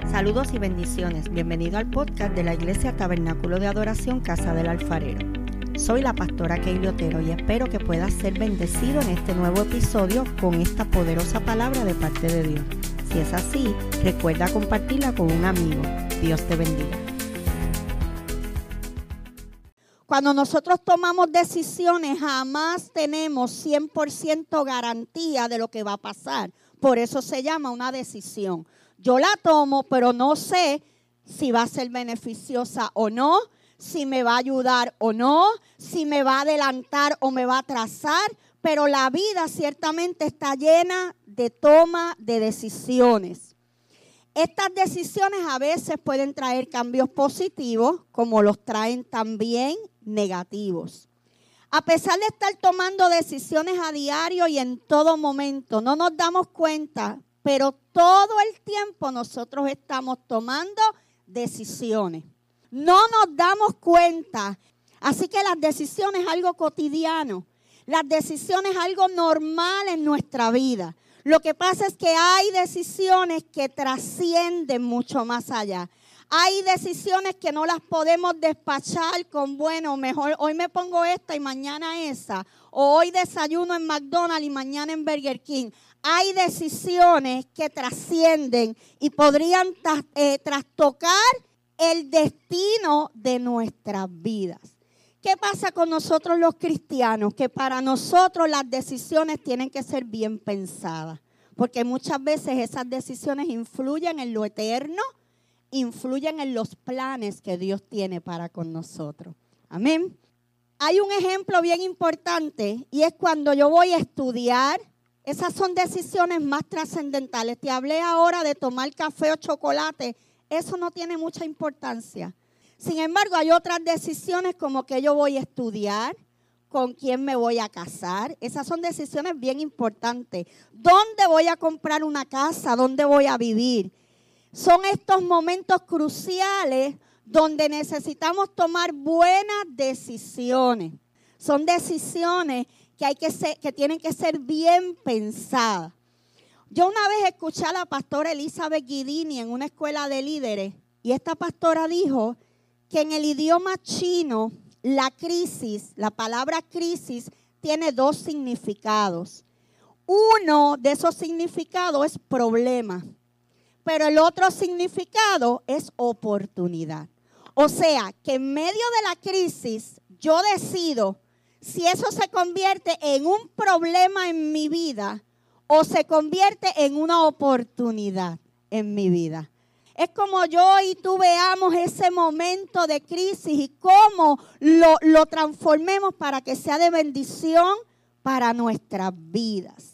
Saludos y bendiciones. Bienvenido al podcast de la Iglesia Tabernáculo de Adoración Casa del Alfarero. Soy la pastora Keili Otero y espero que puedas ser bendecido en este nuevo episodio con esta poderosa palabra de parte de Dios. Si es así, recuerda compartirla con un amigo. Dios te bendiga. Cuando nosotros tomamos decisiones, jamás tenemos 100% garantía de lo que va a pasar. Por eso se llama una decisión. Yo la tomo, pero no sé si va a ser beneficiosa o no, si me va a ayudar o no, si me va a adelantar o me va a atrasar. Pero la vida ciertamente está llena de toma de decisiones. Estas decisiones a veces pueden traer cambios positivos, como los traen también negativos. A pesar de estar tomando decisiones a diario y en todo momento, no nos damos cuenta, pero todo el tiempo nosotros estamos tomando decisiones. No nos damos cuenta. Así que las decisiones es algo cotidiano. Las decisiones es algo normal en nuestra vida. Lo que pasa es que hay decisiones que trascienden mucho más allá. Hay decisiones que no las podemos despachar con, bueno, mejor hoy me pongo esta y mañana esa. O hoy desayuno en McDonald's y mañana en Burger King. Hay decisiones que trascienden y podrían trastocar el destino de nuestras vidas. ¿Qué pasa con nosotros los cristianos? Que para nosotros las decisiones tienen que ser bien pensadas. Porque muchas veces esas decisiones influyen en lo eterno, influyen en los planes que Dios tiene para con nosotros. Amén. Hay un ejemplo bien importante y es cuando yo voy a estudiar. Esas son decisiones más trascendentales. Te hablé ahora de tomar café o chocolate. Eso no tiene mucha importancia. Sin embargo, hay otras decisiones como que yo voy a estudiar, con quién me voy a casar. Esas son decisiones bien importantes. ¿Dónde voy a comprar una casa? ¿Dónde voy a vivir? Son estos momentos cruciales donde necesitamos tomar buenas decisiones. Son decisiones que tienen que ser bien pensadas. Yo una vez escuché a la pastora Elizabeth Guidini en una escuela de líderes y esta pastora dijo que en el idioma chino la palabra crisis tiene dos significados. Uno de esos significados es problema, pero el otro significado es oportunidad. O sea, que en medio de la crisis yo decido si eso se convierte en un problema en mi vida o se convierte en una oportunidad en mi vida. Es como yo y tú veamos ese momento de crisis y cómo lo transformemos para que sea de bendición para nuestras vidas.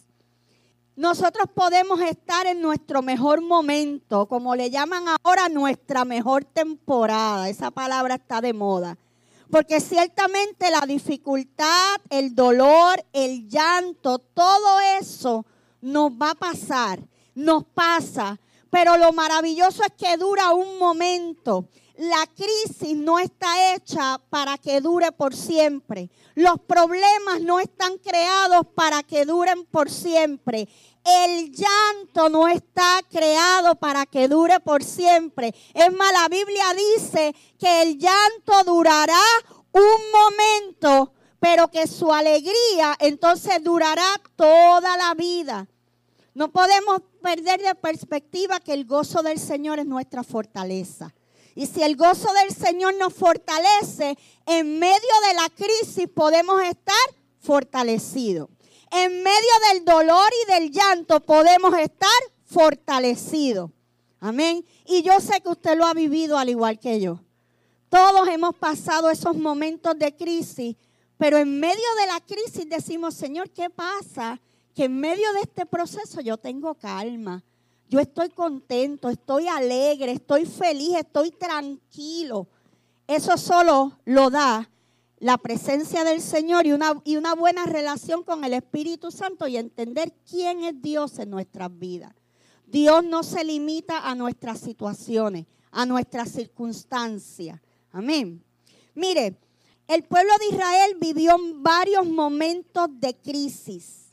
Nosotros podemos estar en nuestro mejor momento, como le llaman ahora nuestra mejor temporada. Esa palabra está de moda. Porque ciertamente la dificultad, el dolor, el llanto, todo eso nos va a pasar, nos pasa. Pero lo maravilloso es que dura un momento. La crisis no está hecha para que dure por siempre. Los problemas no están creados para que duren por siempre. El llanto no está creado para que dure por siempre. Es más, la Biblia dice que el llanto durará un momento, pero que su alegría entonces durará toda la vida. No podemos perder de perspectiva que el gozo del Señor es nuestra fortaleza. Y si el gozo del Señor nos fortalece, en medio de la crisis podemos estar fortalecidos. En medio del dolor y del llanto podemos estar fortalecidos. Amén. Y yo sé que usted lo ha vivido al igual que yo. Todos hemos pasado esos momentos de crisis, pero en medio de la crisis decimos, Señor, ¿qué pasa? Que en medio de este proceso yo tengo calma. Yo estoy contento, estoy alegre, estoy feliz, estoy tranquilo. Eso solo lo da la presencia del Señor y una buena relación con el Espíritu Santo y entender quién es Dios en nuestras vidas. Dios no se limita a nuestras situaciones, a nuestras circunstancias. Amén. Mire, el pueblo de Israel vivió varios momentos de crisis.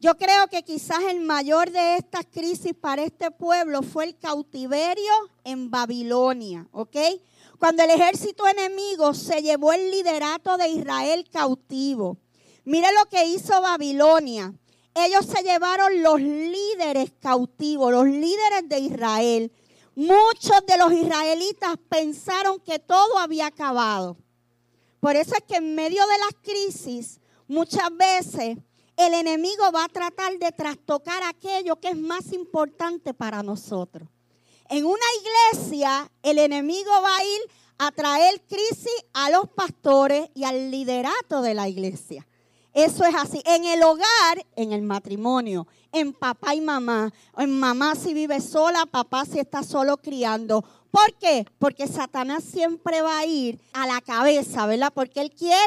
Yo creo que quizás el mayor de estas crisis para este pueblo fue el cautiverio en Babilonia, ¿ok? Cuando el ejército enemigo se llevó el liderato de Israel cautivo. Mire lo que hizo Babilonia. Ellos se llevaron los líderes cautivos, los líderes de Israel. Muchos de los israelitas pensaron que todo había acabado. Por eso es que en medio de las crisis, muchas veces el enemigo va a tratar de trastocar aquello que es más importante para nosotros. En una iglesia, el enemigo va a ir a traer crisis a los pastores y al liderato de la iglesia. Eso es así. En el hogar, en el matrimonio, en papá y mamá. En mamá si vive sola, papá si está solo criando. ¿Por qué? Porque Satanás siempre va a ir a la cabeza, ¿verdad? Porque él quiere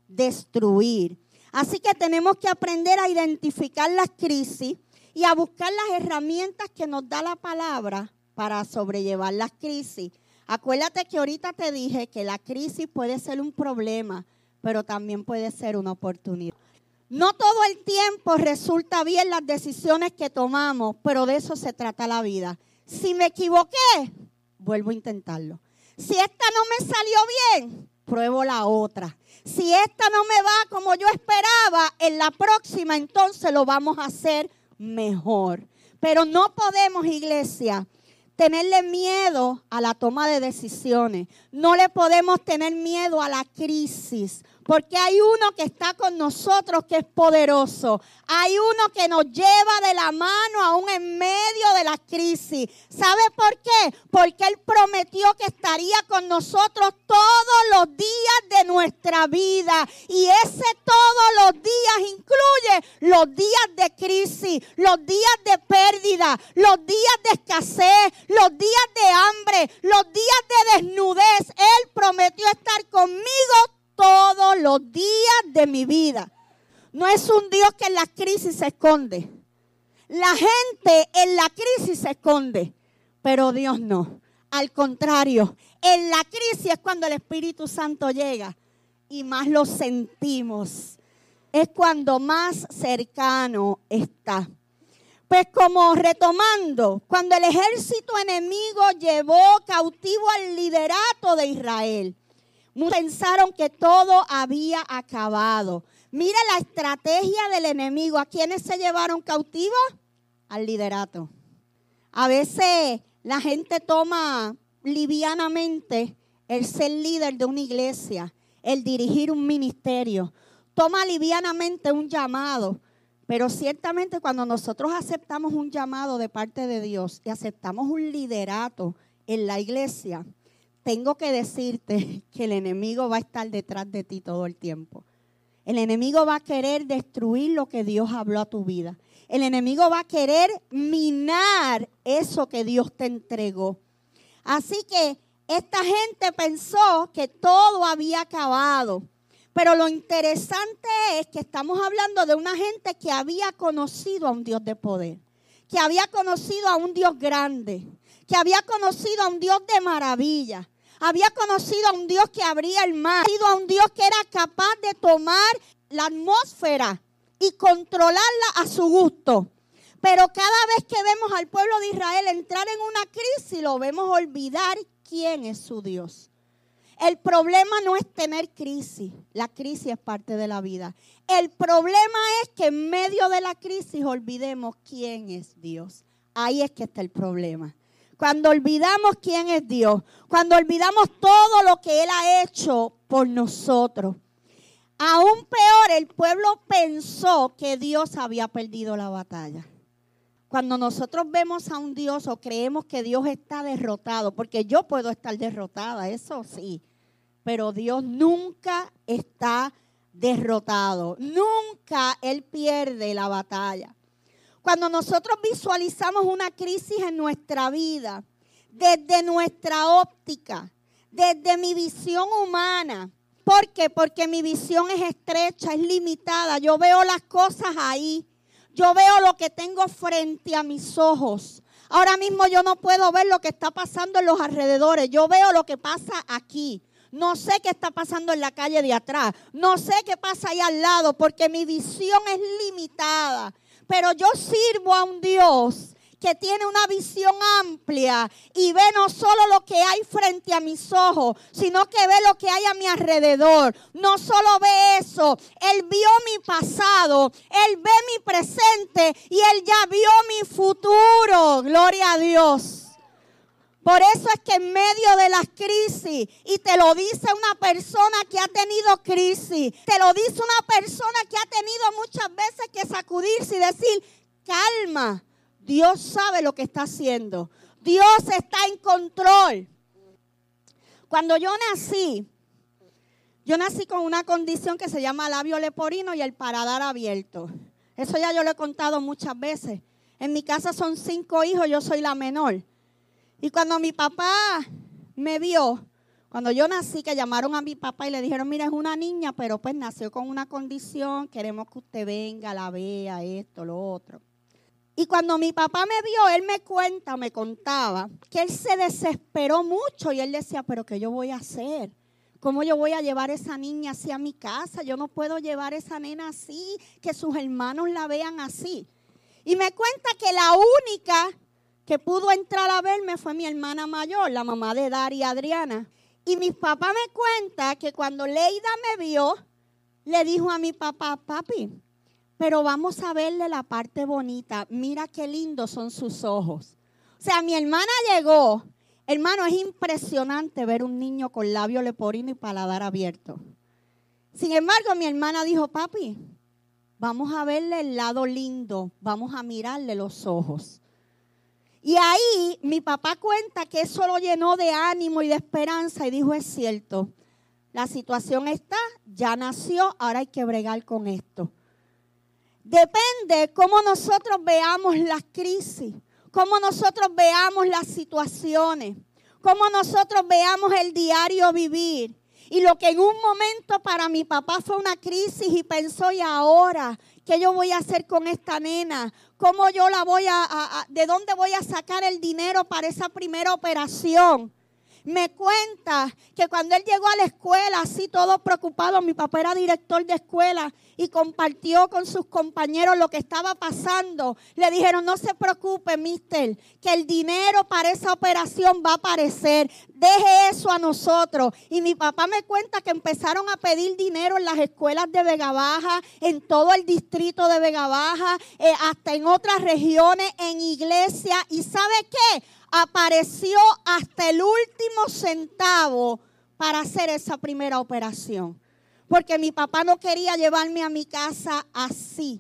destruir. Así que tenemos que aprender a identificar las crisis y a buscar las herramientas que nos da la palabra para sobrellevar las crisis. Acuérdate que ahorita te dije que la crisis puede ser un problema, pero también puede ser una oportunidad. No todo el tiempo resulta bien las decisiones que tomamos, pero de eso se trata la vida. Si me equivoqué, vuelvo a intentarlo. Si esta no me salió bien, pruebo la otra. Si esta no me va como yo esperaba, en la próxima entonces lo vamos a hacer mejor. Pero no podemos, iglesia, tenerle miedo a la toma de decisiones. No le podemos tener miedo a la crisis. Porque hay uno que está con nosotros que es poderoso. Hay uno que nos lleva de la mano aún en medio de la crisis. ¿Sabe por qué? Porque Él prometió que estaría con nosotros todos los días de nuestra vida. Y ese todos los días incluye los días de crisis, los días de pérdida, los días de escasez, los días de hambre, los días de desnudez. Él prometió estar conmigo todos los días de mi vida. No es un Dios que en la crisis se esconde. La gente en la crisis se esconde, pero Dios no. Al contrario, en la crisis es cuando el Espíritu Santo llega y más lo sentimos. Es cuando más cercano está. Pues como retomando, cuando el ejército enemigo llevó cautivo al liderato de Israel, pensaron que todo había acabado. Mira la estrategia del enemigo. ¿A quiénes se llevaron cautivos? Al liderato. A veces la gente toma livianamente el ser líder de una iglesia, el dirigir un ministerio. Toma livianamente un llamado. Pero ciertamente cuando nosotros aceptamos un llamado de parte de Dios y aceptamos un liderato en la iglesia, tengo que decirte que el enemigo va a estar detrás de ti todo el tiempo. El enemigo va a querer destruir lo que Dios habló a tu vida. El enemigo va a querer minar eso que Dios te entregó. Así que esta gente pensó que todo había acabado. Pero lo interesante es que estamos hablando de una gente que había conocido a un Dios de poder, que había conocido a un Dios grande, que había conocido a un Dios de maravilla. Había conocido a un Dios que abría el mar, conocido a un Dios que era capaz de tomar la atmósfera y controlarla a su gusto. Pero cada vez que vemos al pueblo de Israel entrar en una crisis, lo vemos olvidar quién es su Dios. El problema no es tener crisis, la crisis es parte de la vida. El problema es que en medio de la crisis olvidemos quién es Dios. Ahí es que está el problema. Cuando olvidamos quién es Dios, cuando olvidamos todo lo que Él ha hecho por nosotros. Aún peor, el pueblo pensó que Dios había perdido la batalla. Cuando nosotros vemos a un Dios o creemos que Dios está derrotado, porque yo puedo estar derrotada, eso sí, pero Dios nunca está derrotado. Nunca Él pierde la batalla. Cuando nosotros visualizamos una crisis en nuestra vida, desde nuestra óptica, desde mi visión humana, ¿por qué? Porque mi visión es estrecha, es limitada. Yo veo las cosas ahí. Yo veo lo que tengo frente a mis ojos. Ahora mismo yo no puedo ver lo que está pasando en los alrededores. Yo veo lo que pasa aquí. No sé qué está pasando en la calle de atrás. No sé qué pasa ahí al lado porque mi visión es limitada. Pero yo sirvo a un Dios que tiene una visión amplia y ve no solo lo que hay frente a mis ojos, sino que ve lo que hay a mi alrededor. No solo ve eso, Él vio mi pasado, Él ve mi presente y Él ya vio mi futuro. Gloria a Dios. Por eso es que en medio de las crisis, y te lo dice una persona que ha tenido crisis, te lo dice una persona que ha tenido muchas veces que sacudirse y decir, calma, Dios sabe lo que está haciendo. Dios está en control. Cuando yo nací con una condición que se llama labio leporino y el paladar abierto. Eso ya yo lo he contado muchas veces. En mi casa son 5 hijos, yo soy la menor. Y cuando mi papá me vio, cuando yo nací, que llamaron a mi papá y le dijeron, mira, es una niña, pero pues nació con una condición, queremos que usted venga, la vea, esto, lo otro. Y cuando mi papá me vio, él me contaba, que él se desesperó mucho y él decía, pero ¿qué yo voy a hacer? ¿Cómo yo voy a llevar a esa niña así a mi casa? Yo no puedo llevar a esa nena así, que sus hermanos la vean así. Y me cuenta que la única que pudo entrar a verme fue mi hermana mayor, la mamá de Dari y Adriana. Y mi papá me cuenta que cuando Leida me vio, le dijo a mi papá, papi, pero vamos a verle la parte bonita. Mira qué lindos son sus ojos. O sea, mi hermana llegó. Hermano, es impresionante ver un niño con labio leporino y paladar abierto. Sin embargo, mi hermana dijo, papi, vamos a verle el lado lindo, vamos a mirarle los ojos. Y ahí mi papá cuenta que eso lo llenó de ánimo y de esperanza y dijo, es cierto, la situación está, ya nació, ahora hay que bregar con esto. Depende cómo nosotros veamos las crisis, cómo nosotros veamos las situaciones, cómo nosotros veamos el diario vivir. Y lo que en un momento para mi papá fue una crisis y pensó, ¿y ahora qué yo voy a hacer con esta nena? ¿Cómo yo la voy de dónde voy a sacar el dinero para esa primera operación? Me cuenta que cuando él llegó a la escuela, así todo preocupado, mi papá era director de escuela y compartió con sus compañeros lo que estaba pasando. Le dijeron, no se preocupe, mister, que el dinero para esa operación va a aparecer. Deje eso a nosotros. Y mi papá me cuenta que empezaron a pedir dinero en las escuelas de Vega Baja, en todo el distrito de Vega Baja, hasta en otras regiones, en iglesia. ¿Y sabe qué? Apareció hasta el último centavo para hacer esa primera operación. Porque mi papá no quería llevarme a mi casa así.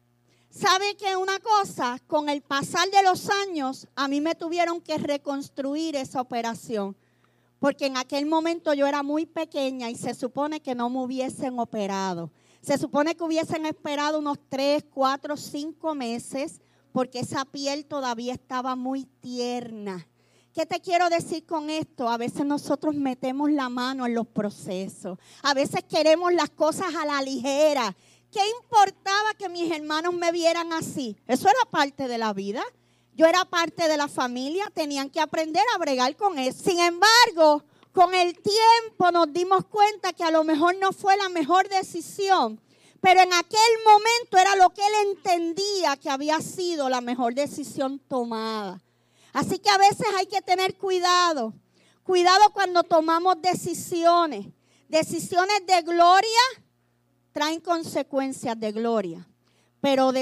¿Sabe qué una cosa? Con el pasar de los años, a mí me tuvieron que reconstruir esa operación. Porque en aquel momento yo era muy pequeña y se supone que no me hubiesen operado. Se supone que hubiesen esperado unos 3, 4, 5 meses porque esa piel todavía estaba muy tierna. ¿Qué te quiero decir con esto? A veces nosotros metemos la mano en los procesos. A veces queremos las cosas a la ligera. ¿Qué importaba que mis hermanos me vieran así? Eso era parte de la vida. Yo era parte de la familia. Tenían que aprender a bregar con eso. Sin embargo, con el tiempo nos dimos cuenta que a lo mejor no fue la mejor decisión. Pero en aquel momento era lo que él entendía que había sido la mejor decisión tomada. Así que a veces hay que tener cuidado. Cuidado cuando tomamos decisiones. Decisiones de gloria traen consecuencias de gloria. Pero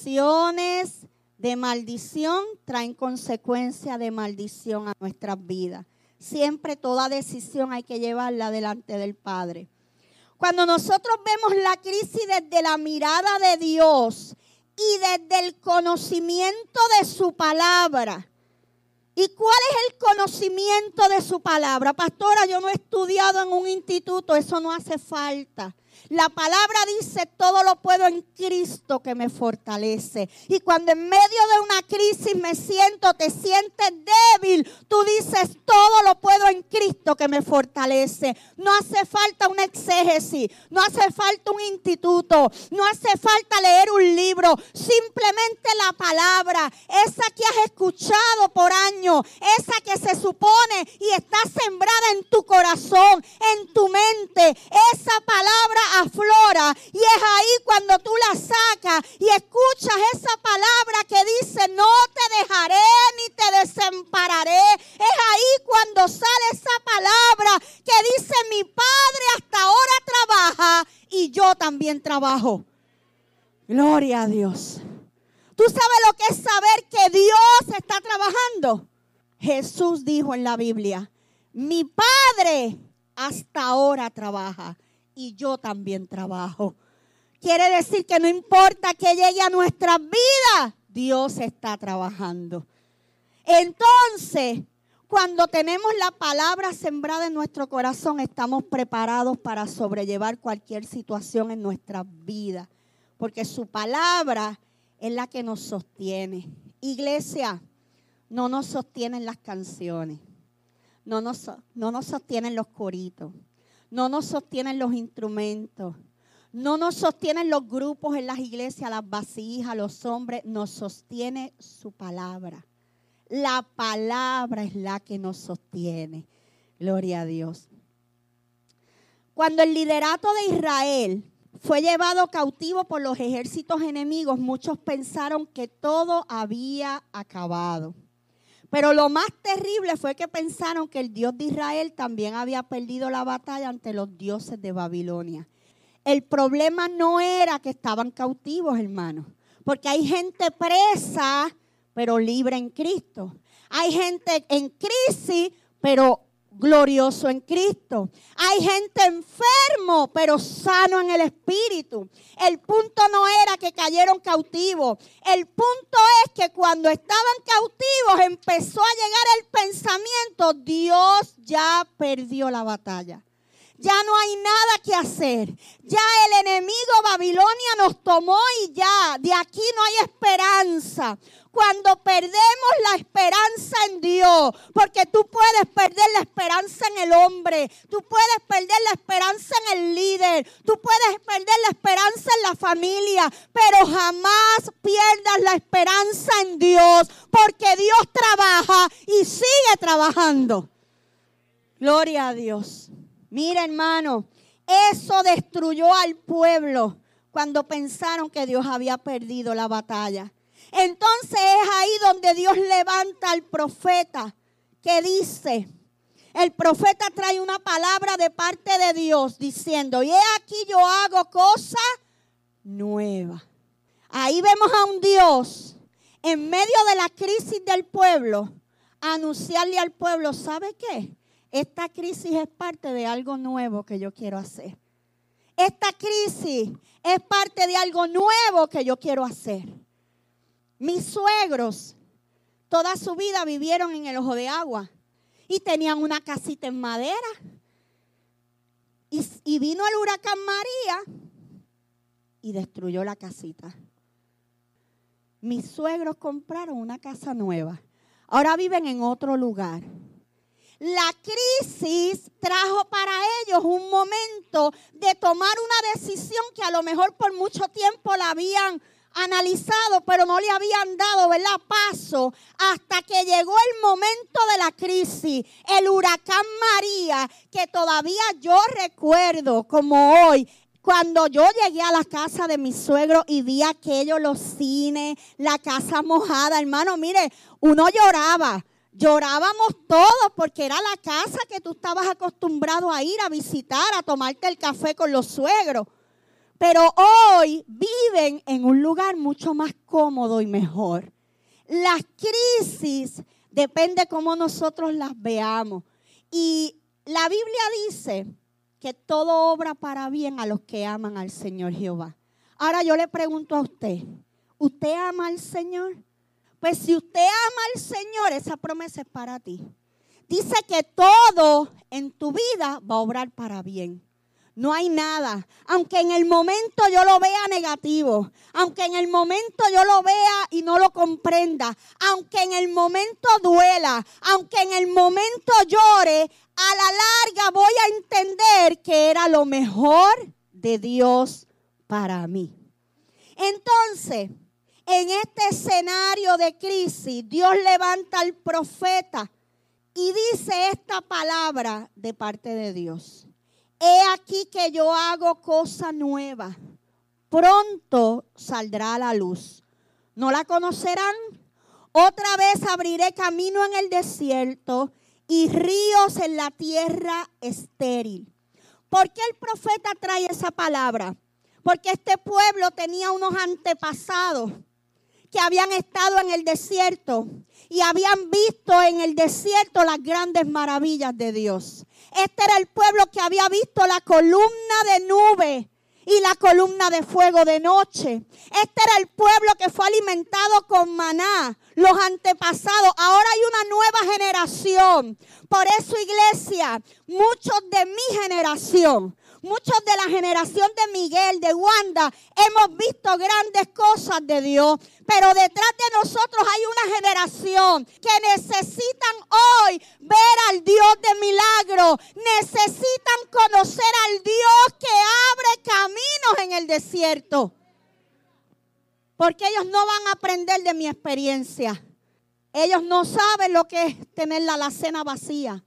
decisiones de maldición traen consecuencias de maldición a nuestras vidas. Siempre toda decisión hay que llevarla delante del Padre. Cuando nosotros vemos la crisis desde la mirada de Dios y desde el conocimiento de su palabra. ¿Y cuál es el conocimiento de su palabra? Pastora, yo no he estudiado en un instituto, eso no hace falta. La palabra dice, todo lo puedo en Cristo que me fortalece. Y cuando en medio de una crisis te sientes débil, tú dices, todo lo puedo en Cristo que me fortalece. No hace falta un exégesis, no hace falta un instituto, no hace falta leer un libro. Simplemente la palabra, esa que has escuchado por años, esa que se supone y está sembrada en tu corazón, en tu mente. Esa palabra aflora y es ahí cuando tú la sacas y escuchas esa palabra que dice: no te dejaré ni te desampararé. Es ahí cuando sale esa palabra que dice: mi Padre hasta ahora trabaja y yo también trabajo. Gloria a Dios. ¿Tú sabes lo que es saber que Dios está trabajando? Jesús dijo en la Biblia: mi Padre hasta ahora trabaja y yo también trabajo. Quiere decir que no importa que llegue a nuestras vidas, Dios está trabajando. Entonces, cuando tenemos la palabra sembrada en nuestro corazón, estamos preparados para sobrellevar cualquier situación en nuestras vidas, porque su palabra es la que nos sostiene. Iglesia, no nos sostienen las canciones, no nos sostienen los coritos, no nos sostienen los instrumentos, no nos sostienen los grupos en las iglesias, las vasijas, los hombres. Nos sostiene su palabra. La palabra es la que nos sostiene. Gloria a Dios. Cuando el liderato de Israel fue llevado cautivo por los ejércitos enemigos, muchos pensaron que todo había acabado. Pero lo más terrible fue que pensaron que el Dios de Israel también había perdido la batalla ante los dioses de Babilonia. El problema no era que estaban cautivos, hermanos, porque hay gente presa, pero libre en Cristo. Hay gente en crisis, pero glorioso en Cristo. Hay gente enfermo, pero sano en el Espíritu. El punto no era que cayeron cautivos. El punto es que cuando estaban cautivos empezó a llegar el pensamiento: Dios ya perdió la batalla. Ya no hay nada que hacer. Ya el enemigo Babilonia nos tomó y ya de aquí no hay esperanza. Cuando perdemos la esperanza en Dios, porque tú puedes perder la esperanza en el hombre, tú puedes perder la esperanza en el líder, tú puedes perder la esperanza en la familia, pero jamás pierdas la esperanza en Dios, porque Dios trabaja y sigue trabajando. Gloria a Dios. Mira, hermano, eso destruyó al pueblo cuando pensaron que Dios había perdido la batalla. Entonces es ahí donde Dios levanta al profeta que dice, el profeta trae una palabra de parte de Dios diciendo: y he aquí yo hago cosa nueva. Ahí vemos a un Dios en medio de la crisis del pueblo, anunciarle al pueblo: ¿sabe qué? Esta crisis es parte de algo nuevo que yo quiero hacer. Esta crisis es parte de algo nuevo que yo quiero hacer. Mis suegros toda su vida vivieron en el Ojo de Agua y tenían una casita en madera. Y vino el huracán María y destruyó la casita. Mis suegros compraron una casa nueva. Ahora viven en otro lugar. La crisis trajo para ellos un momento de tomar una decisión que a lo mejor por mucho tiempo la habían analizado, pero no le habían dado, ¿verdad?, paso, hasta que llegó el momento de la crisis, el huracán María, que todavía yo recuerdo como hoy. Cuando yo llegué a la casa de mi suegro y vi aquello, los cines, la casa mojada, hermano, mire, uno lloraba. Llorábamos todos porque era la casa que tú estabas acostumbrado a ir a visitar, a tomarte el café con los suegros. Pero hoy viven en un lugar mucho más cómodo y mejor. Las crisis depende cómo nosotros las veamos. Y la Biblia dice que todo obra para bien a los que aman al Señor Jehová. Ahora yo le pregunto a usted, ¿usted ama al Señor? Pues si usted ama al Señor, esa promesa es para ti. Dice que todo en tu vida va a obrar para bien. No hay nada, aunque en el momento yo lo vea negativo, aunque en el momento yo lo vea y no lo comprenda, aunque en el momento duela, aunque en el momento llore, a la larga voy a entender que era lo mejor de Dios para mí. Entonces, en este escenario de crisis, Dios levanta al profeta y dice esta palabra de parte de Dios. he aquí que yo hago cosa nueva. Pronto saldrá a la luz. ¿No la conocerán? Otra vez abriré camino en el desierto y ríos en la tierra estéril. ¿Por qué el profeta trae esa palabra? Porque este pueblo tenía unos antepasados que habían estado en el desierto y habían visto en el desierto las grandes maravillas de Dios. Este era el pueblo que había visto la columna de nube y la columna de fuego de noche. Este era el pueblo que fue alimentado con maná, los antepasados. Ahora hay una nueva generación. Por eso, iglesia, muchos de mi generación, muchos de la generación de Miguel, de Wanda, hemos visto grandes cosas de Dios. Pero detrás de nosotros hay una generación que necesitan hoy ver al Dios de milagro. Necesitan conocer al Dios que abre caminos en el desierto. Porque ellos no van a aprender de mi experiencia. Ellos no saben lo que es tener la alacena vacía.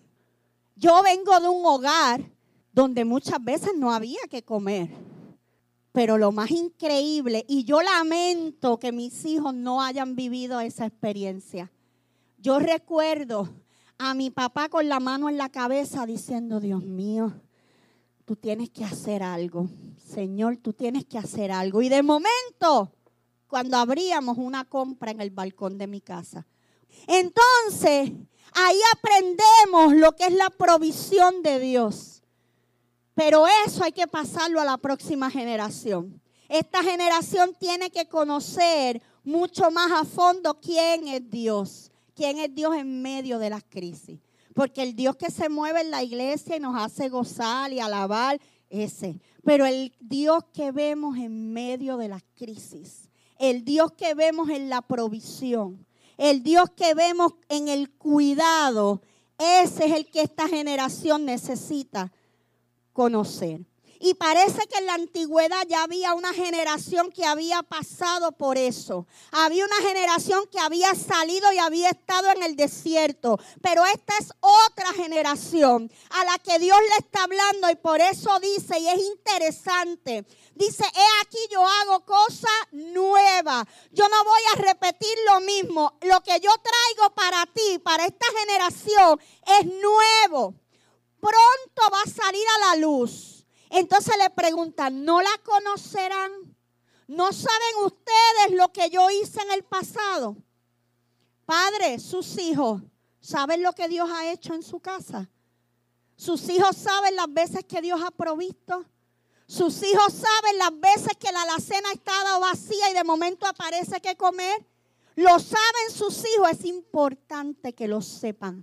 Yo vengo de un hogar donde muchas veces no había que comer. Pero lo más increíble, y yo lamento que mis hijos no hayan vivido esa experiencia. Yo recuerdo a mi papá con la mano en la cabeza diciendo, Dios mío, tú tienes que hacer algo. Señor, tú tienes que hacer algo. Y de momento, cuando abríamos una compra en el balcón de mi casa. Entonces, ahí aprendemos lo que es la provisión de Dios. Pero eso hay que pasarlo a la próxima generación. Esta generación tiene que conocer mucho más a fondo quién es Dios. Quién es Dios en medio de las crisis. Porque el Dios que se mueve en la iglesia y nos hace gozar y alabar, ese. Pero el Dios que vemos en medio de las crisis. El Dios que vemos en la provisión. El Dios que vemos en el cuidado. Ese es el que esta generación necesita conocer. Y parece que en la antigüedad ya había una generación que había pasado por eso. Había una generación que había salido y había estado en el desierto. Pero esta es otra generación a la que Dios le está hablando y por eso dice, y es interesante, dice, he aquí yo hago cosa nueva. Yo no voy a repetir lo mismo. Lo que yo traigo para ti, para esta generación, es nuevo. Pronto va a salir a la luz. Entonces le preguntan, ¿no la conocerán? ¿No saben ustedes lo que yo hice en el pasado? Padre, sus hijos, ¿saben lo que Dios ha hecho en su casa? Sus hijos saben las veces que Dios ha provisto. Sus hijos saben las veces que la alacena ha estado vacía y de momento aparece que comer. Lo saben sus hijos, es importante que lo sepan.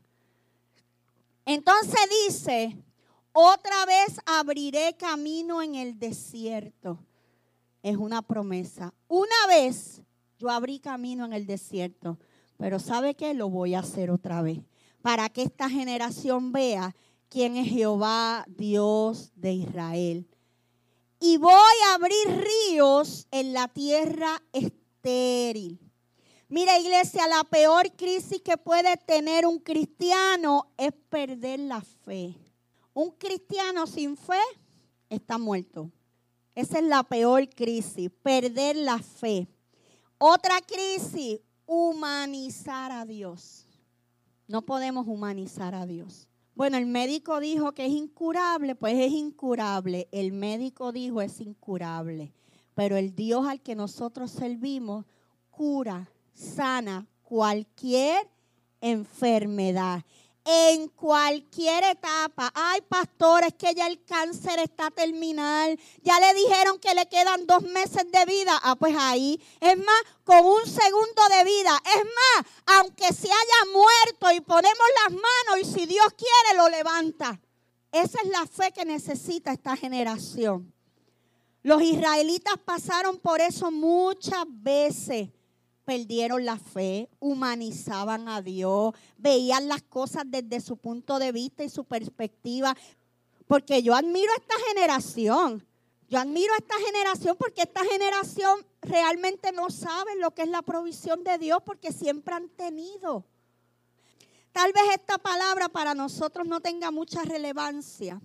Entonces dice, otra vez abriré camino en el desierto. Es una promesa. Una vez yo abrí camino en el desierto, pero ¿sabe qué? Lo voy a hacer otra vez. Para que esta generación vea quién es Jehová, Dios de Israel. Y voy a abrir ríos en la tierra estéril. Mira, iglesia, la peor crisis que puede tener un cristiano es perder la fe. Un cristiano sin fe está muerto. Esa es la peor crisis, perder la fe. Otra crisis, humanizar a Dios. No podemos humanizar a Dios. Bueno, el médico dijo que es incurable, pues es incurable. El médico dijo es incurable. Pero el Dios al que nosotros servimos cura, sana cualquier enfermedad. En cualquier etapa. Ay, pastor, es que ya el cáncer está terminal. Ya le dijeron que le quedan 2 meses de vida. Ah, pues ahí. Es más, con 1 segundo de vida. Es más, aunque se haya muerto y ponemos las manos y si Dios quiere lo levanta. Esa es la fe que necesita esta generación. Los israelitas pasaron por eso muchas veces. Perdieron la fe, humanizaban a Dios, veían las cosas desde su punto de vista y su perspectiva. Porque yo admiro a esta generación. Yo admiro a esta generación porque esta generación realmente no sabe lo que es la provisión de Dios porque siempre han tenido. Tal vez esta palabra para nosotros no tenga mucha relevancia.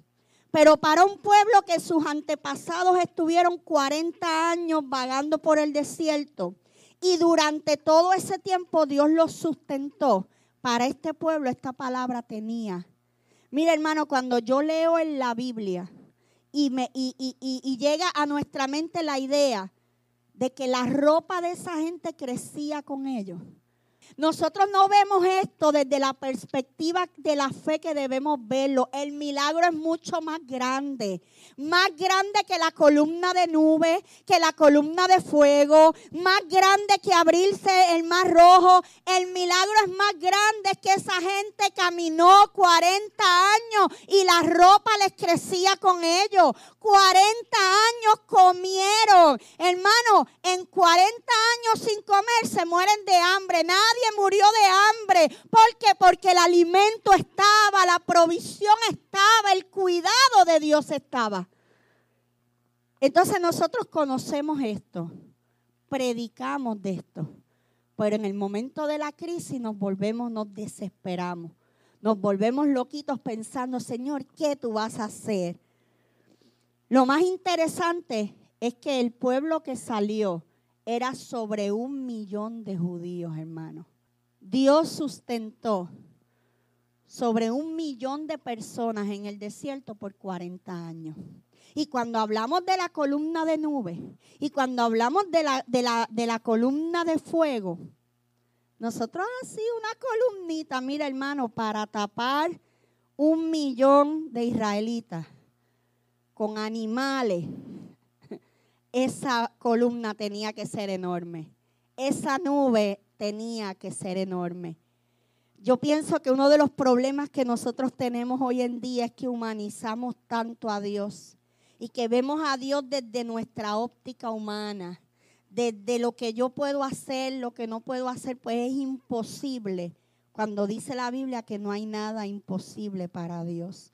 Pero para un pueblo que sus antepasados estuvieron 40 años vagando por el desierto y durante todo ese tiempo Dios los sustentó, para este pueblo esta palabra tenía. Mira, hermano, cuando yo leo en la Biblia y llega a nuestra mente la idea de que la ropa de esa gente crecía con ellos. Nosotros no vemos esto desde la perspectiva de la fe que debemos verlo. El milagro es mucho más grande que la columna de nube, que la columna de fuego, más grande que abrirse el mar rojo. El milagro es más grande que esa gente caminó 40 años y la ropa les crecía con ellos. 40 años comieron. Hermano, en 40 años sin comer se mueren de hambre. Nadie murió de hambre. ¿Por qué? Porque el alimento estaba, la provisión estaba, el cuidado de Dios estaba. Entonces nosotros conocemos esto, predicamos de esto, pero en el momento de la crisis nos desesperamos, nos volvemos loquitos pensando, Señor, ¿qué tú vas a hacer? Lo más interesante es que el pueblo que salió era sobre 1 millón de judíos, hermanos. Dios sustentó sobre 1 millón de personas en el desierto por 40 años. Y cuando hablamos de la columna de nube y cuando hablamos de la columna de fuego, nosotros así una columnita, mira hermano, para tapar 1 millón de israelitas con animales, esa columna tenía que ser enorme. Esa nube tenía que ser enorme. Yo pienso que uno de los problemas que nosotros tenemos hoy en día es que humanizamos tanto a Dios y que vemos a Dios desde nuestra óptica humana, desde lo que yo puedo hacer, lo que no puedo hacer, pues es imposible. Cuando dice la Biblia que no hay nada imposible para Dios.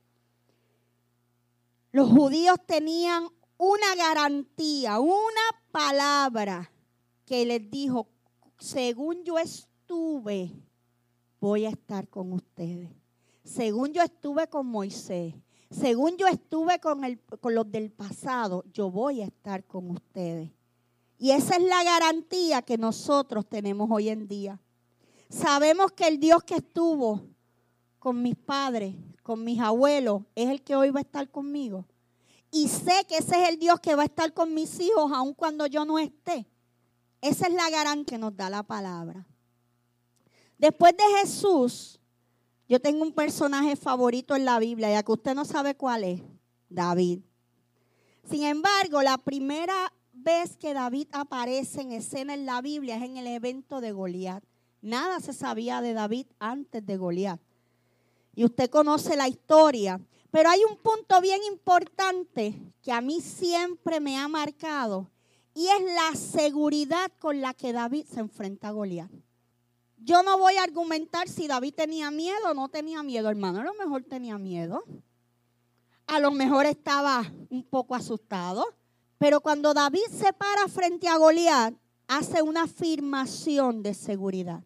Los judíos tenían una garantía, una palabra que les dijo, según yo estuve, voy a estar con ustedes. Según yo estuve con Moisés, según yo estuve con los del pasado, yo voy a estar con ustedes. Y esa es la garantía que nosotros tenemos hoy en día. Sabemos que el Dios que estuvo con mis padres, con mis abuelos, es el que hoy va a estar conmigo. Y sé que ese es el Dios que va a estar con mis hijos aun cuando yo no esté. Esa es la garantía que nos da la palabra. Después de Jesús, yo tengo un personaje favorito en la Biblia, ya que usted no sabe cuál es, David. Sin embargo, la primera vez que David aparece en escena en la Biblia es en el evento de Goliat. Nada se sabía de David antes de Goliat. Y usted conoce la historia. Pero hay un punto bien importante que a mí siempre me ha marcado y es la seguridad con la que David se enfrenta a Goliat. Yo no voy a argumentar si David tenía miedo o no tenía miedo, hermano. A lo mejor tenía miedo. A lo mejor estaba un poco asustado. Pero cuando David se para frente a Goliat, hace una afirmación de seguridad.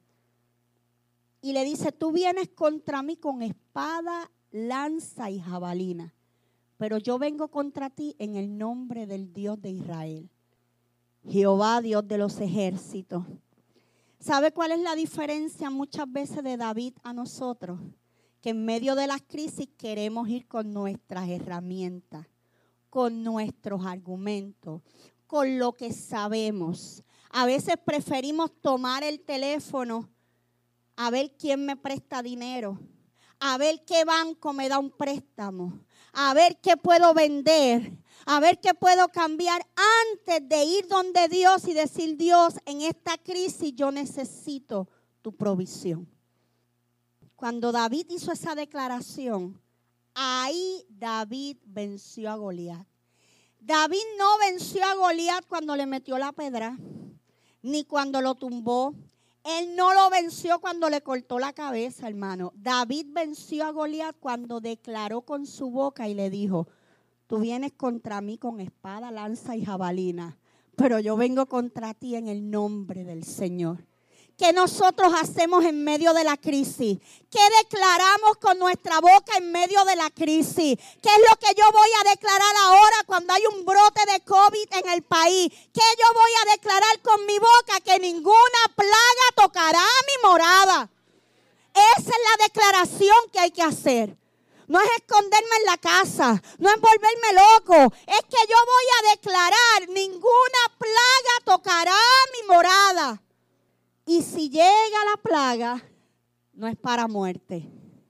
Y le dice, tú vienes contra mí con espada, lanza y jabalina, pero yo vengo contra ti en el nombre del Dios de Israel, Jehová, Dios de los ejércitos. ¿Sabe cuál es la diferencia muchas veces de David a nosotros? Que en medio de las crisis queremos ir con nuestras herramientas, con nuestros argumentos, con lo que sabemos. A veces preferimos tomar el teléfono a ver quién me presta dinero, a ver qué banco me da un préstamo, a ver qué puedo vender, a ver qué puedo cambiar antes de ir donde Dios y decir, Dios, en esta crisis yo necesito tu provisión. Cuando David hizo esa declaración, ahí David venció a Goliat. David no venció a Goliat cuando le metió la pedra, ni cuando lo tumbó. Él no lo venció cuando le cortó la cabeza, hermano. David venció a Goliat cuando declaró con su boca y le dijo, tú vienes contra mí con espada, lanza y jabalina, pero yo vengo contra ti en el nombre del Señor. ¿Qué nosotros hacemos en medio de la crisis? ¿Qué declaramos con nuestra boca en medio de la crisis? ¿Qué es lo que yo voy a declarar ahora cuando hay un brote de COVID en el país? ¿Qué yo voy a declarar con mi boca? Que ninguna plaga tocará mi morada. Esa es la declaración que hay que hacer. No es esconderme en la casa, no es volverme loco. Es que yo voy a declarar, ninguna plaga tocará mi morada. Y si llega la plaga, no es para muerte.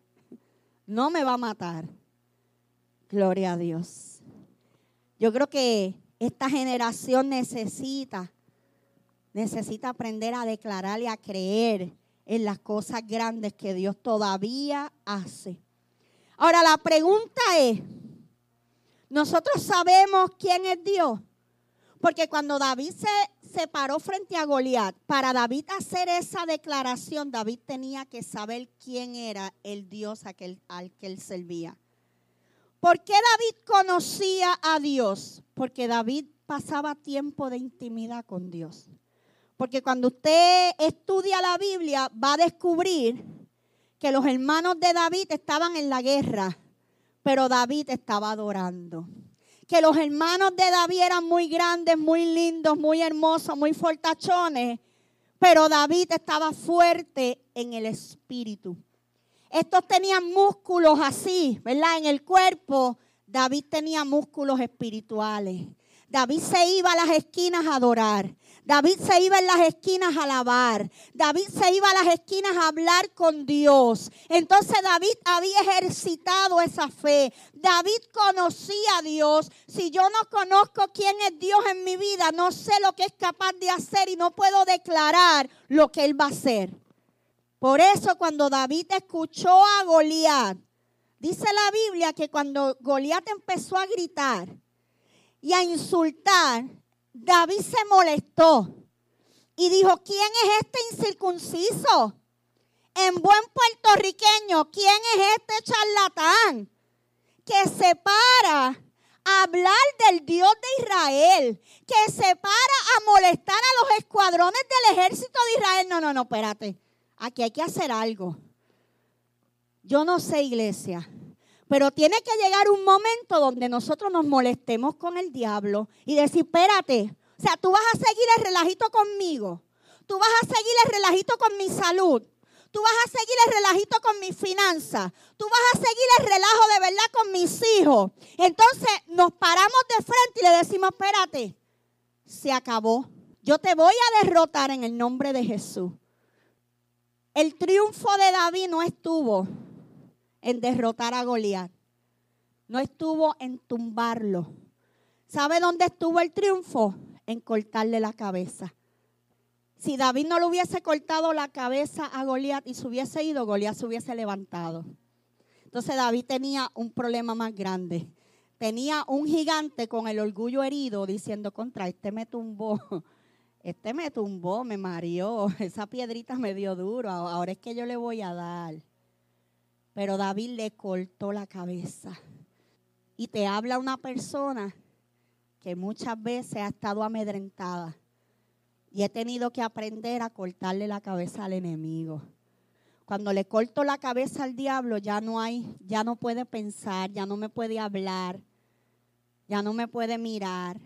No me va a matar. Gloria a Dios. Yo creo que esta generación necesita aprender a declarar y a creer en las cosas grandes que Dios todavía hace. Ahora la pregunta es, ¿nosotros sabemos quién es Dios? Porque cuando David se paró frente a Goliat, para David hacer esa declaración, David tenía que saber quién era el Dios al que él servía. ¿Por qué David conocía a Dios? Porque David pasaba tiempo de intimidad con Dios. Porque cuando usted estudia la Biblia, va a descubrir que los hermanos de David estaban en la guerra, pero David estaba adorando. Que los hermanos de David eran muy grandes, muy lindos, muy hermosos, muy fortachones, pero David estaba fuerte en el espíritu. Estos tenían músculos así, ¿verdad? En el cuerpo, David tenía músculos espirituales. David se iba a las esquinas a adorar. David se iba en las esquinas a alabar. David se iba a las esquinas a hablar con Dios. Entonces David había ejercitado esa fe. David conocía a Dios. Si yo no conozco quién es Dios en mi vida, no sé lo que es capaz de hacer y no puedo declarar lo que Él va a hacer. Por eso cuando David escuchó a Goliat, dice la Biblia que cuando Goliat empezó a gritar y a insultar, David se molestó y dijo, ¿quién es este incircunciso? En buen puertorriqueño, ¿quién es este charlatán que se para a hablar del Dios de Israel? Que se para a molestar a los escuadrones del ejército de Israel. No, espérate. Aquí hay que hacer algo. Yo no sé, iglesia, pero tiene que llegar un momento donde nosotros nos molestemos con el diablo y decir, espérate, o sea, tú vas a seguir el relajito conmigo, tú vas a seguir el relajito con mi salud, tú vas a seguir el relajito con mis finanzas, tú vas a seguir el relajo de verdad con mis hijos. Entonces nos paramos de frente y le decimos, espérate, se acabó. Yo te voy a derrotar en el nombre de Jesús. El triunfo de David no estuvo en derrotar a Goliat. No estuvo en tumbarlo. ¿Sabe dónde estuvo el triunfo? En cortarle la cabeza. Si David no le hubiese cortado la cabeza a Goliat y se hubiese ido, Goliat se hubiese levantado. Entonces David tenía un problema más grande. Tenía un gigante con el orgullo herido diciendo, contra este me tumbó. Este me tumbó, me mareó. Esa piedrita me dio duro. Ahora es que yo le voy a dar. Pero David le cortó la cabeza. Y te habla una persona que muchas veces ha estado amedrentada. Y he tenido que aprender a cortarle la cabeza al enemigo. Cuando le corto la cabeza al diablo, ya no puede pensar, ya no me puede hablar, ya no me puede mirar.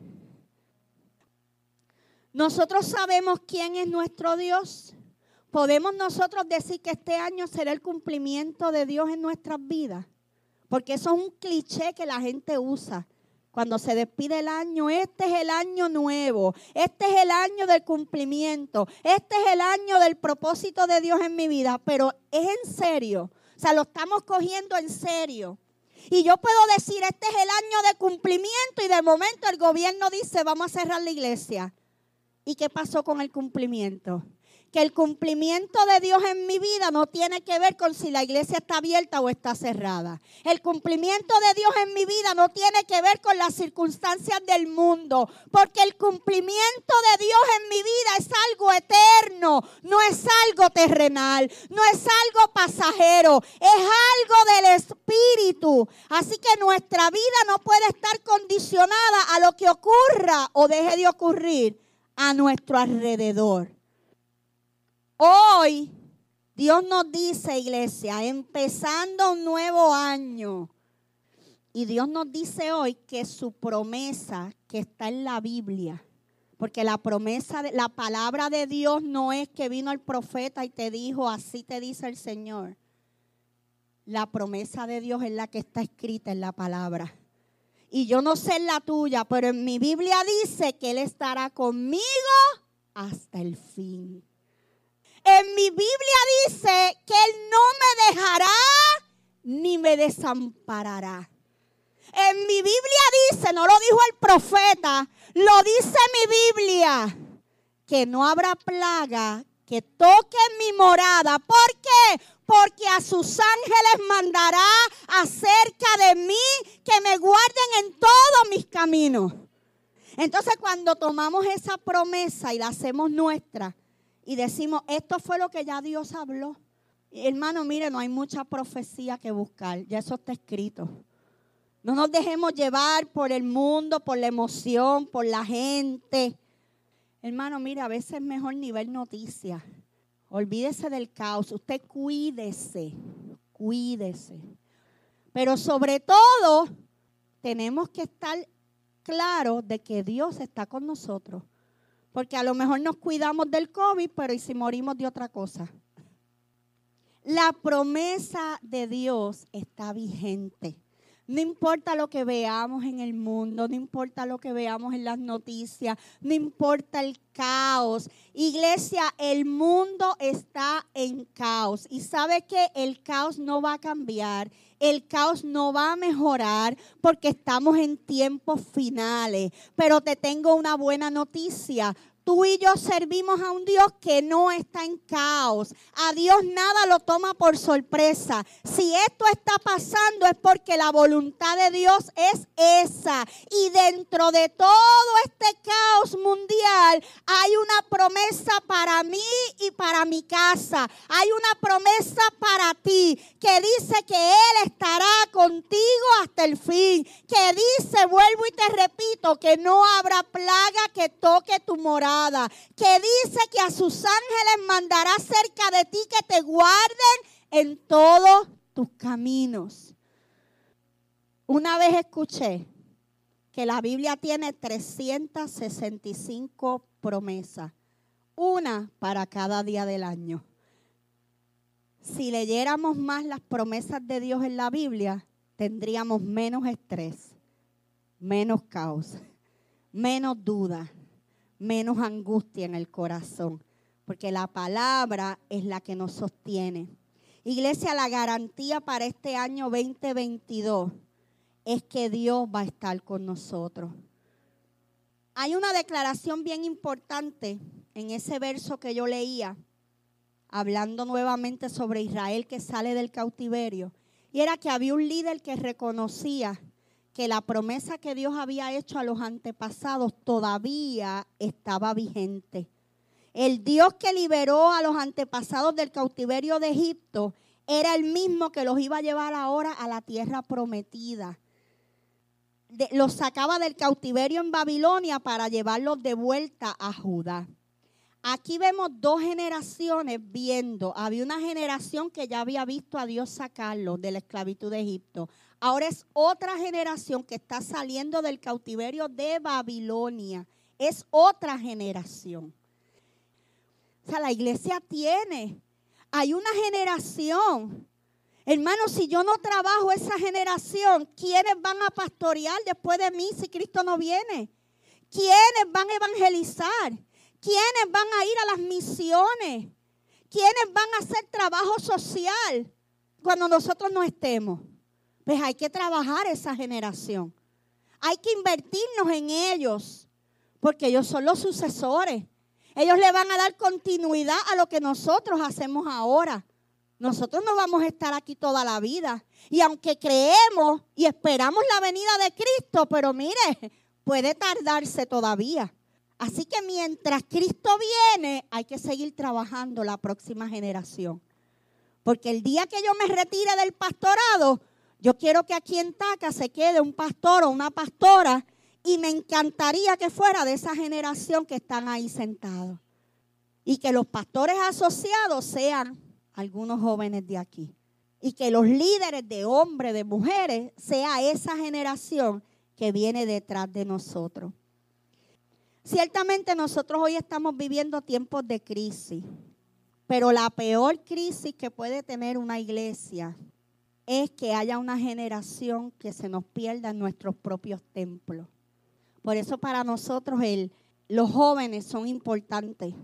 Nosotros sabemos quién es nuestro Dios. ¿Podemos nosotros decir que este año será el cumplimiento de Dios en nuestras vidas? Porque eso es un cliché que la gente usa. Cuando se despide el año, este es el año nuevo, este es el año del cumplimiento, este es el año del propósito de Dios en mi vida. Pero es en serio, o sea, lo estamos cogiendo en serio. Y yo puedo decir, este es el año de cumplimiento y de momento el gobierno dice, vamos a cerrar la iglesia. ¿Y qué pasó con el cumplimiento? Que el cumplimiento de Dios en mi vida no tiene que ver con si la iglesia está abierta o está cerrada. El cumplimiento de Dios en mi vida no tiene que ver con las circunstancias del mundo. Porque el cumplimiento de Dios en mi vida es algo eterno, no es algo terrenal, no es algo pasajero, es algo del Espíritu. Así que nuestra vida no puede estar condicionada a lo que ocurra o deje de ocurrir a nuestro alrededor. Hoy Dios nos dice, iglesia, empezando un nuevo año. Y Dios nos dice hoy que su promesa que está en la Biblia, porque la promesa, la palabra de Dios no es que vino el profeta y te dijo, así te dice el Señor. La promesa de Dios es la que está escrita en la palabra. Y yo no sé en la tuya, pero en mi Biblia dice que Él estará conmigo hasta el fin. En mi Biblia dice que Él no me dejará ni me desamparará. En mi Biblia dice, no lo dijo el profeta, lo dice mi Biblia, que no habrá plaga que toque mi morada. ¿Por qué? Porque a sus ángeles mandará acerca de mí que me guarden en todos mis caminos. Entonces cuando tomamos esa promesa y la hacemos nuestra y decimos, esto fue lo que ya Dios habló. Hermano, mire, no hay mucha profecía que buscar, ya eso está escrito. No nos dejemos llevar por el mundo, por la emoción, por la gente. Hermano, mire, a veces es mejor ni ver noticias. Olvídese del caos. Usted cuídese. Pero sobre todo, tenemos que estar claros de que Dios está con nosotros. Porque a lo mejor nos cuidamos del COVID, pero ¿y si morimos de otra cosa? La promesa de Dios está vigente. No importa lo que veamos en el mundo, no importa lo que veamos en las noticias, no importa el caos. Iglesia, el mundo está en caos. Y sabe que el caos no va a cambiar, el caos no va a mejorar porque estamos en tiempos finales. Pero te tengo una buena noticia. Tú y yo servimos a un Dios que no está en caos. A Dios nada lo toma por sorpresa. Si esto está pasando es porque la voluntad de Dios es esa. Y dentro de todo este caos mundial hay una promesa para mí y para mi casa. Hay una promesa para ti que dice que Él estará contigo hasta el fin. Que dice, vuelvo y te repito, que no habrá plaga que toque tu morada. Que dice que a sus ángeles mandará cerca de ti que te guarden en todos tus caminos. Una vez escuché que la Biblia tiene 365 promesas, una para cada día del año. Si leyéramos más las promesas de Dios en la Biblia, tendríamos menos estrés, menos caos, menos dudas, menos angustia en el corazón, porque la palabra es la que nos sostiene. Iglesia, la garantía para este año 2022 es que Dios va a estar con nosotros. Hay una declaración bien importante en ese verso que yo leía, hablando nuevamente sobre Israel que sale del cautiverio, y era que había un líder que reconocía que la promesa que Dios había hecho a los antepasados todavía estaba vigente. El Dios que liberó a los antepasados del cautiverio de Egipto era el mismo que los iba a llevar ahora a la tierra prometida. Los sacaba del cautiverio en Babilonia para llevarlos de vuelta a Judá. Aquí vemos dos generaciones viendo. Había una generación que ya había visto a Dios sacarlos de la esclavitud de Egipto. Ahora es otra generación que está saliendo del cautiverio de Babilonia. Es otra generación. O sea, la iglesia hay una generación. Hermano, si yo no trabajo esa generación, ¿quiénes van a pastorear después de mí si Cristo no viene? ¿Quiénes van a evangelizar? ¿Quiénes van a ir a las misiones? ¿Quiénes van a hacer trabajo social cuando nosotros no estemos? Pues hay que trabajar esa generación. Hay que invertirnos en ellos, porque ellos son los sucesores. Ellos le van a dar continuidad a lo que nosotros hacemos ahora. Nosotros no vamos a estar aquí toda la vida. Y aunque creemos y esperamos la venida de Cristo, pero mire, puede tardarse todavía. Así que mientras Cristo viene, hay que seguir trabajando la próxima generación. Porque el día que yo me retire del pastorado, yo quiero que aquí en Taca se quede un pastor o una pastora y me encantaría que fuera de esa generación que están ahí sentados. Y que los pastores asociados sean algunos jóvenes de aquí. Y que los líderes de hombres, de mujeres, sea esa generación que viene detrás de nosotros. Ciertamente nosotros hoy estamos viviendo tiempos de crisis, pero la peor crisis que puede tener una iglesia es que haya una generación que se nos pierda en nuestros propios templos. Por eso para nosotros los jóvenes son importantes.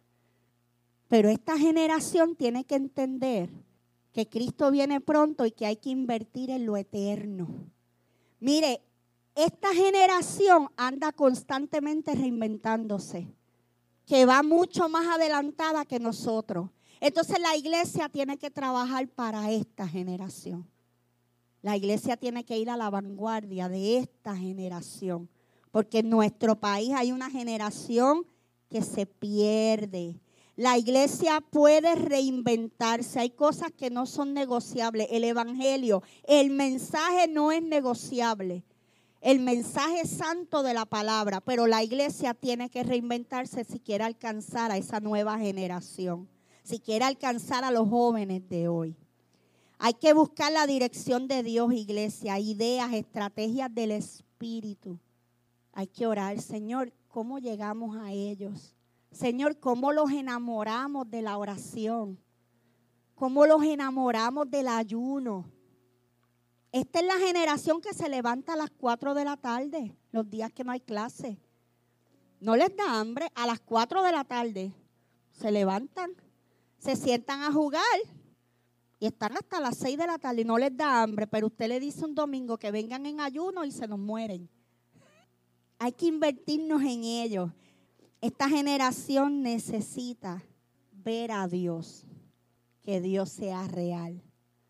Pero esta generación tiene que entender que Cristo viene pronto y que hay que invertir en lo eterno. Mire, esta generación anda constantemente reinventándose, que va mucho más adelantada que nosotros. Entonces la iglesia tiene que trabajar para esta generación. La iglesia tiene que ir a la vanguardia de esta generación, porque en nuestro país hay una generación que se pierde. La iglesia puede reinventarse. Hay cosas que no son negociables. El evangelio, el mensaje no es negociable. El mensaje santo de la palabra. Pero la iglesia tiene que reinventarse si quiere alcanzar a esa nueva generación. Si quiere alcanzar a los jóvenes de hoy. Hay que buscar la dirección de Dios, iglesia. Ideas, estrategias del Espíritu. Hay que orar, Señor, ¿cómo llegamos a ellos? Señor, ¿cómo los enamoramos de la oración? ¿Cómo los enamoramos del ayuno? Esta es la generación que se levanta a las 4 de la tarde, los días que no hay clase. No les da hambre, a las 4 de la tarde se levantan, se sientan a jugar y están hasta las 6 de la tarde y no les da hambre, pero usted le dice un domingo que vengan en ayuno y se nos mueren. Hay que invertirnos en ellos. Esta generación necesita ver a Dios, que Dios sea real.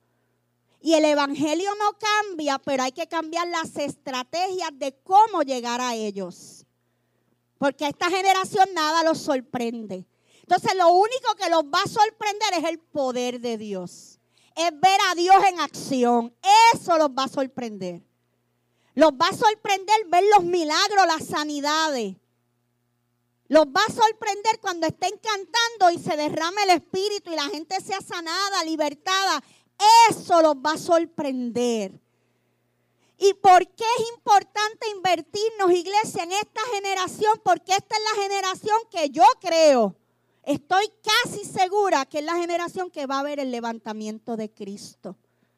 Y el evangelio no cambia, pero hay que cambiar las estrategias de cómo llegar a ellos. Porque a esta generación nada los sorprende. Entonces lo único que los va a sorprender es el poder de Dios. Es ver a Dios en acción. Eso los va a sorprender. Los va a sorprender ver los milagros, las sanidades. Los va a sorprender cuando estén cantando y se derrame el Espíritu y la gente sea sanada, libertada. Eso los va a sorprender. ¿Y por qué es importante invertirnos, iglesia, en esta generación? Porque esta es la generación que yo creo, estoy casi segura que es la generación que va a ver el levantamiento de Cristo.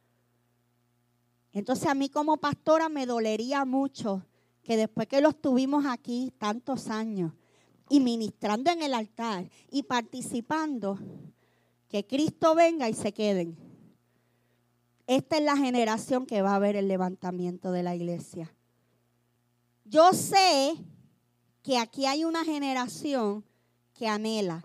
Entonces a mí como pastora me dolería mucho que después que los tuvimos aquí tantos años, y ministrando en el altar y participando, que Cristo venga y se queden. Esta es la generación que va a ver el levantamiento de la iglesia. Yo sé que aquí hay una generación que anhela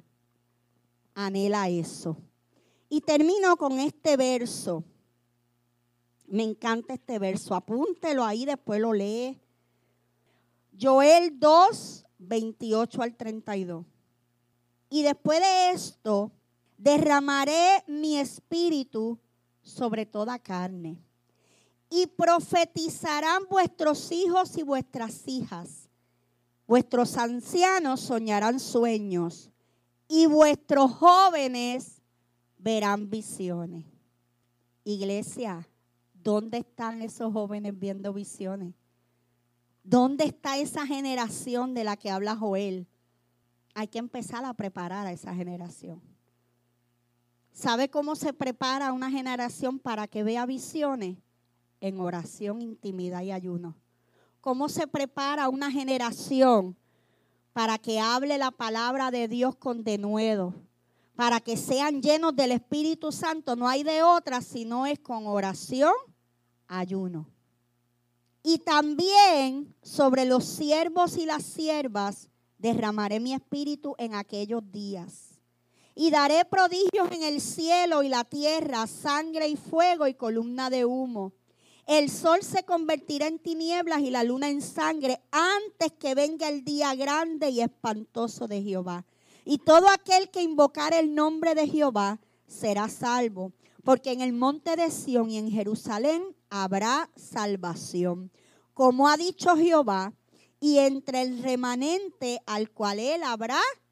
eso. Y termino con este verso. Me encanta este verso. Apúntelo ahí, después lo lee. Joel 2, 28 al 32. Y después de esto, derramaré mi espíritu sobre toda carne. Y profetizarán vuestros hijos y vuestras hijas. Vuestros ancianos soñarán sueños. Y vuestros jóvenes verán visiones. Iglesia, ¿dónde están esos jóvenes viendo visiones? ¿Dónde está esa generación de la que habla Joel? Hay que empezar a preparar a esa generación. ¿Sabe cómo se prepara una generación para que vea visiones? En oración, intimidad y ayuno. ¿Cómo se prepara una generación para que hable la palabra de Dios con denuedo? Para que sean llenos del Espíritu Santo. No hay de otra, sino es con oración, ayuno. Y también sobre los siervos y las siervas derramaré mi espíritu en aquellos días. Y daré prodigios en el cielo y la tierra, sangre y fuego y columna de humo. El sol se convertirá en tinieblas y la luna en sangre antes que venga el día grande y espantoso de Jehová. Y todo aquel que invocare el nombre de Jehová será salvo. Porque en el monte de Sión y en Jerusalén habrá salvación. Como ha dicho Jehová, y entre el remanente al cual él habrá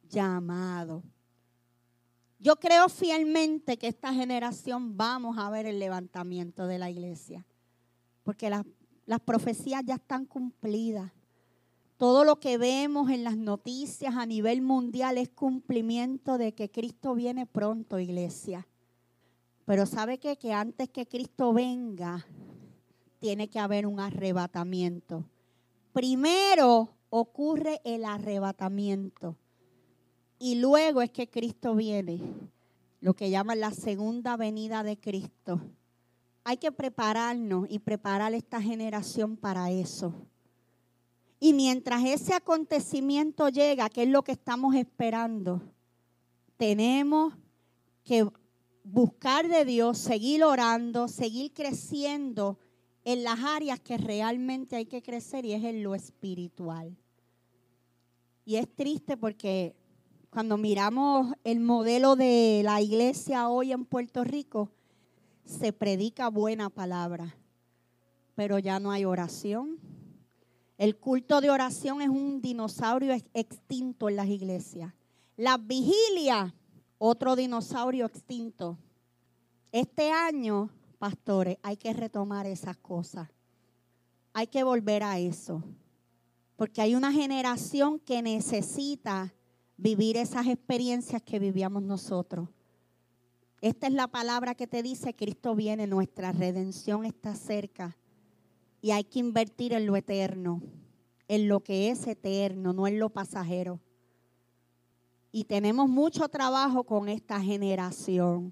llamado. Yo creo fielmente que esta generación vamos a ver el levantamiento de la iglesia, porque las profecías ya están cumplidas. Todo lo que vemos en las noticias a nivel mundial es cumplimiento de que Cristo viene pronto, iglesia. Pero ¿sabe qué? Que antes que Cristo venga, tiene que haber un arrebatamiento. Primero ocurre el arrebatamiento y luego es que Cristo viene, lo que llaman la segunda venida de Cristo. Hay que prepararnos y preparar esta generación para eso. Y mientras ese acontecimiento llega, que es lo que estamos esperando, tenemos que buscar de Dios, seguir orando, seguir creciendo en las áreas que realmente hay que crecer, y es en lo espiritual. Y es triste porque cuando miramos el modelo de la iglesia hoy en Puerto Rico, se predica buena palabra, pero ya no hay oración. El culto de oración es un dinosaurio extinto en las iglesias. Las vigilias, otro dinosaurio extinto. Este año, pastores, hay que retomar esas cosas. Hay que volver a eso. Porque hay una generación que necesita vivir esas experiencias que vivíamos nosotros. Esta es la palabra que te dice: Cristo viene, nuestra redención está cerca. Y hay que invertir en lo eterno, en lo que es eterno, no en lo pasajero. Y tenemos mucho trabajo con esta generación.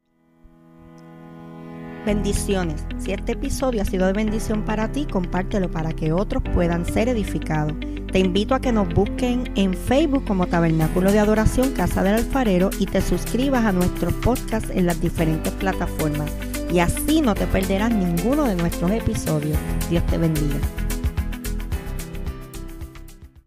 Bendiciones. Si este episodio ha sido de bendición para ti, compártelo para que otros puedan ser edificados. Te invito a que nos busquen en Facebook como Tabernáculo de Adoración Casa del Alfarero y te suscribas a nuestros podcasts en las diferentes plataformas. Y así no te perderás ninguno de nuestros episodios. Dios te bendiga.